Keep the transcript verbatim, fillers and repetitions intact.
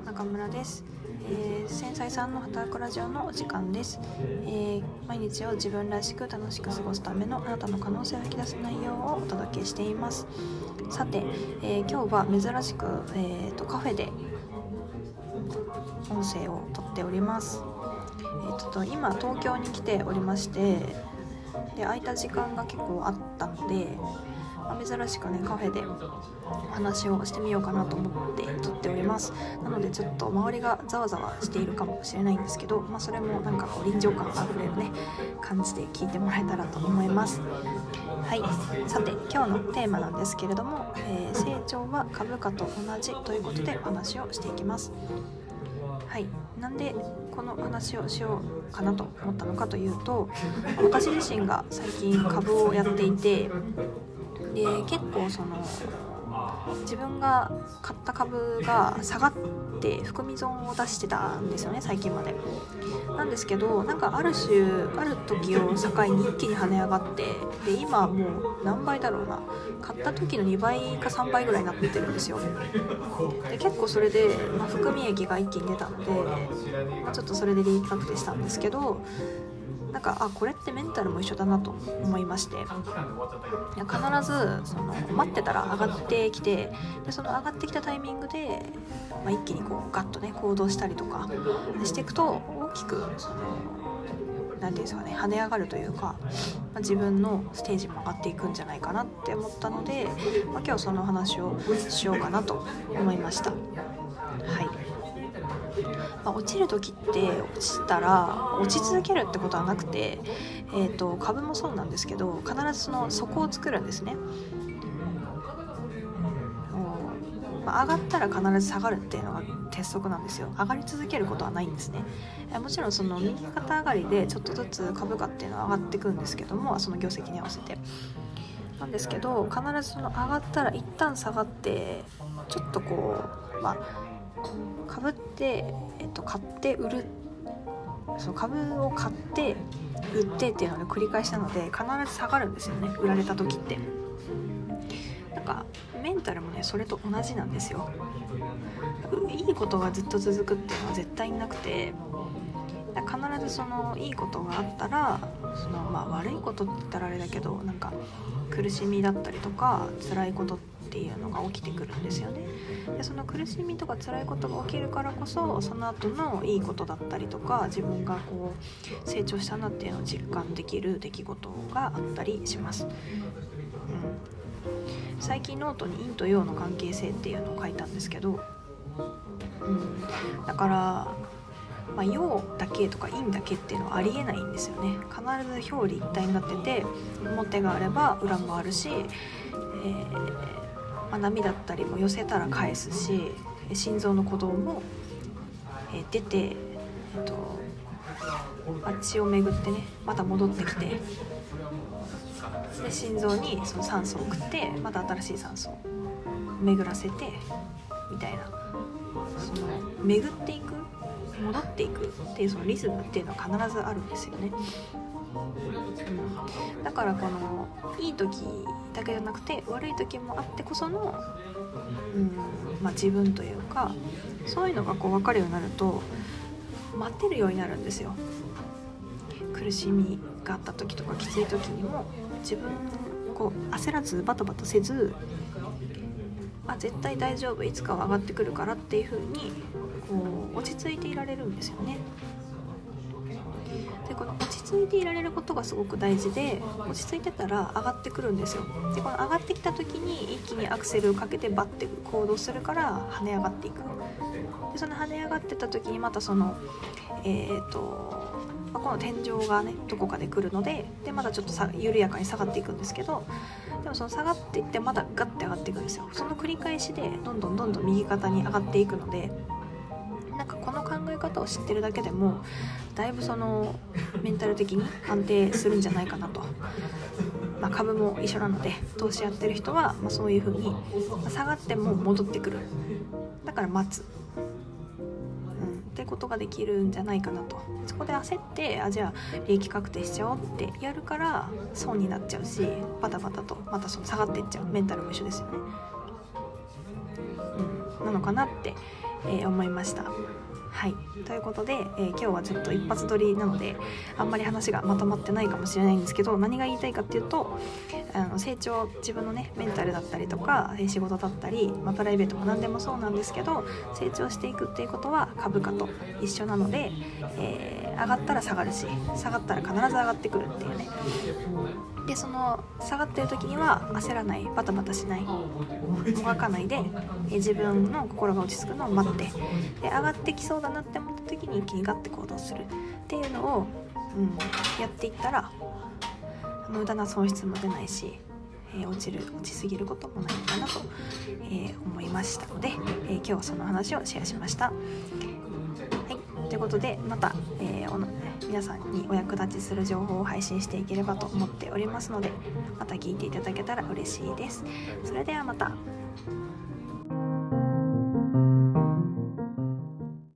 中村です。えー、繊細さんの働くラジオのお時間です。えー、毎日を自分らしく楽しく過ごすためのあなたの可能性を引き出す内容をお届けしています。さて、えー、今日は珍しく、えー、とカフェで音声を撮っております。えー、ちょっと今東京に来ておりまして、で空いた時間が結構あったので、珍しくねカフェでお話をしてみようかなと思って撮っております。なのでちょっと周りがざわざわしているかもしれないんですけど、まあ、それもなんかこう臨場感あふれるね感じで聞いてもらえたらと思います。はい、さて今日のテーマなんですけれども、えー、成長は株価と同じということでお話をしていきます。はい、なんでこの話をしようかなと思ったのかというと、私自身が最近株をやっていて、で結構その自分が買った株が下がって含み損を出してたんですよね、最近まで。なんですけど、なんかある種ある時を境に一気に跳ね上がって、で今もう何倍だろうな、買った時のにばいかさんばいぐらいになってるんですよ。で結構それで、まあ、含み益が一気に出たので、まあ、ちょっとそれで利益確定したんですけど、なんかあこれってメンタルも一緒だなと思いまして、いや必ずその待ってたら上がってきて、でその上がってきたタイミングで、まあ、一気にこうガッとね行動したりとかしていくと、大きくそのなんていうんですかね、跳ね上がるというか、まあ、自分のステージも上がっていくんじゃないかなって思ったので、まあ、今日その話をしようかなと思いました。はい、まあ、落ちる時って落ちたら落ち続けるってことはなくて、えーと、株もそうなんですけど、必ずその底を作るんですね。まあ、上がったら必ず下がるっていうのが鉄則なんですよ。上がり続けることはないんですね。もちろんその右肩上がりでちょっとずつ株価っていうのは上がっていくんですけども、その業績に合わせてなんですけど、必ずその上がったら一旦下がって、ちょっとこうまあ株って、えっと、買って売る、その株を買って売ってっていうのを繰り返しなので、必ず下がるんですよね、売られた時って。なんかメンタルもねそれと同じなんですよ。いいことがずっと続くっていうのは絶対になくて、必ずそのいいことがあったら、その、まあ、悪いことって言ったらあれだけど、なんか苦しみだったりとか辛いことっていうのが起きてくるんですよね。でその苦しみとか辛いことが起きるからこそ、その後のいいことだったりとか、自分がこう成長したなっていうのを実感できる出来事があったりします。うん、最近ノートに陰と陽の関係性っていうのを書いたんですけど、うん、だからまあ、陽だけとか陰だけっていうのはありえないんですよね。必ず表裏一体になってて、表があれば裏もあるし、えーまあ、波だったりも寄せたら返すし、心臓の鼓動も、えー、出て、えーとまあ、血を巡ってねまた戻ってきて、で心臓にその酸素を送ってまた新しい酸素を巡らせてみたいな、その巡っていく戻っていくっていうそのリズムっていうのは必ずあるんですよね。うん、だからこのいい時だけじゃなくて悪い時もあってこその、うんまあ、自分というか、そういうのがこう分かるようになると待てるようになるんですよ。苦しみがあった時とかきつい時にも自分こう焦らずバタバタせず、あ絶対大丈夫、いつかは上がってくるからっていう風にこう落ち着いていられるんですよね。でこの落ち着いていられることがすごく大事で、落ち着いてたら上がってくるんですよ。でこの上がってきた時に一気にアクセルをかけてバッて行動するから跳ね上がっていく。でその跳ね上がってた時にまたそのえーとまあ、この天井がねどこかで来るので、でまたちょっとさ緩やかに下がっていくんですけど、でもその下がっていってまたガッて上がっていくんですよ。その繰り返しでどんどんどんどん右肩に上がっていくので、なんかこの考え方を知ってるだけでもだいぶそのメンタル的に安定するんじゃないかなと。まあ、株も一緒なので、投資やってる人はまあそういう風に下がっても戻ってくる、だから待つってことができるんじゃないかなと。そこで焦ってあじゃあ利益確定しちゃおうってやるから損になっちゃうし、バタバタとまたその下がっていっちゃう。メンタルも一緒ですよね、うん、なのかなって、 えー、思いました。はい、ということで、えー、今日はちょっと一発撮りなのであんまり話がまとまってないかもしれないんですけど、何が言いたいかっていうと、あの成長、自分のねメンタルだったりとか仕事だったり、まあ、プライベートも何でもそうなんですけど、成長していくっていうことは株価と一緒なので、えー、上がったら下がるし、下がったら必ず上がってくるっていうね。でその下がってる時には焦らない、バタバタしない、もがかないで、えー、自分の心が落ち着くのを待って、で上がってきそうだなって思った時に一気にガッて行動するっていうのを、うん、やっていったら無駄な損失も出ないし、えー、落ちる落ちすぎることもないのかなと、えー、思いましたので、えー、今日はその話をシェアしました。はい、ということでまた、えー、おの皆さんにお役立ちする情報を配信していければと思っておりますので、また聞いていただけたら嬉しいです。それではまた。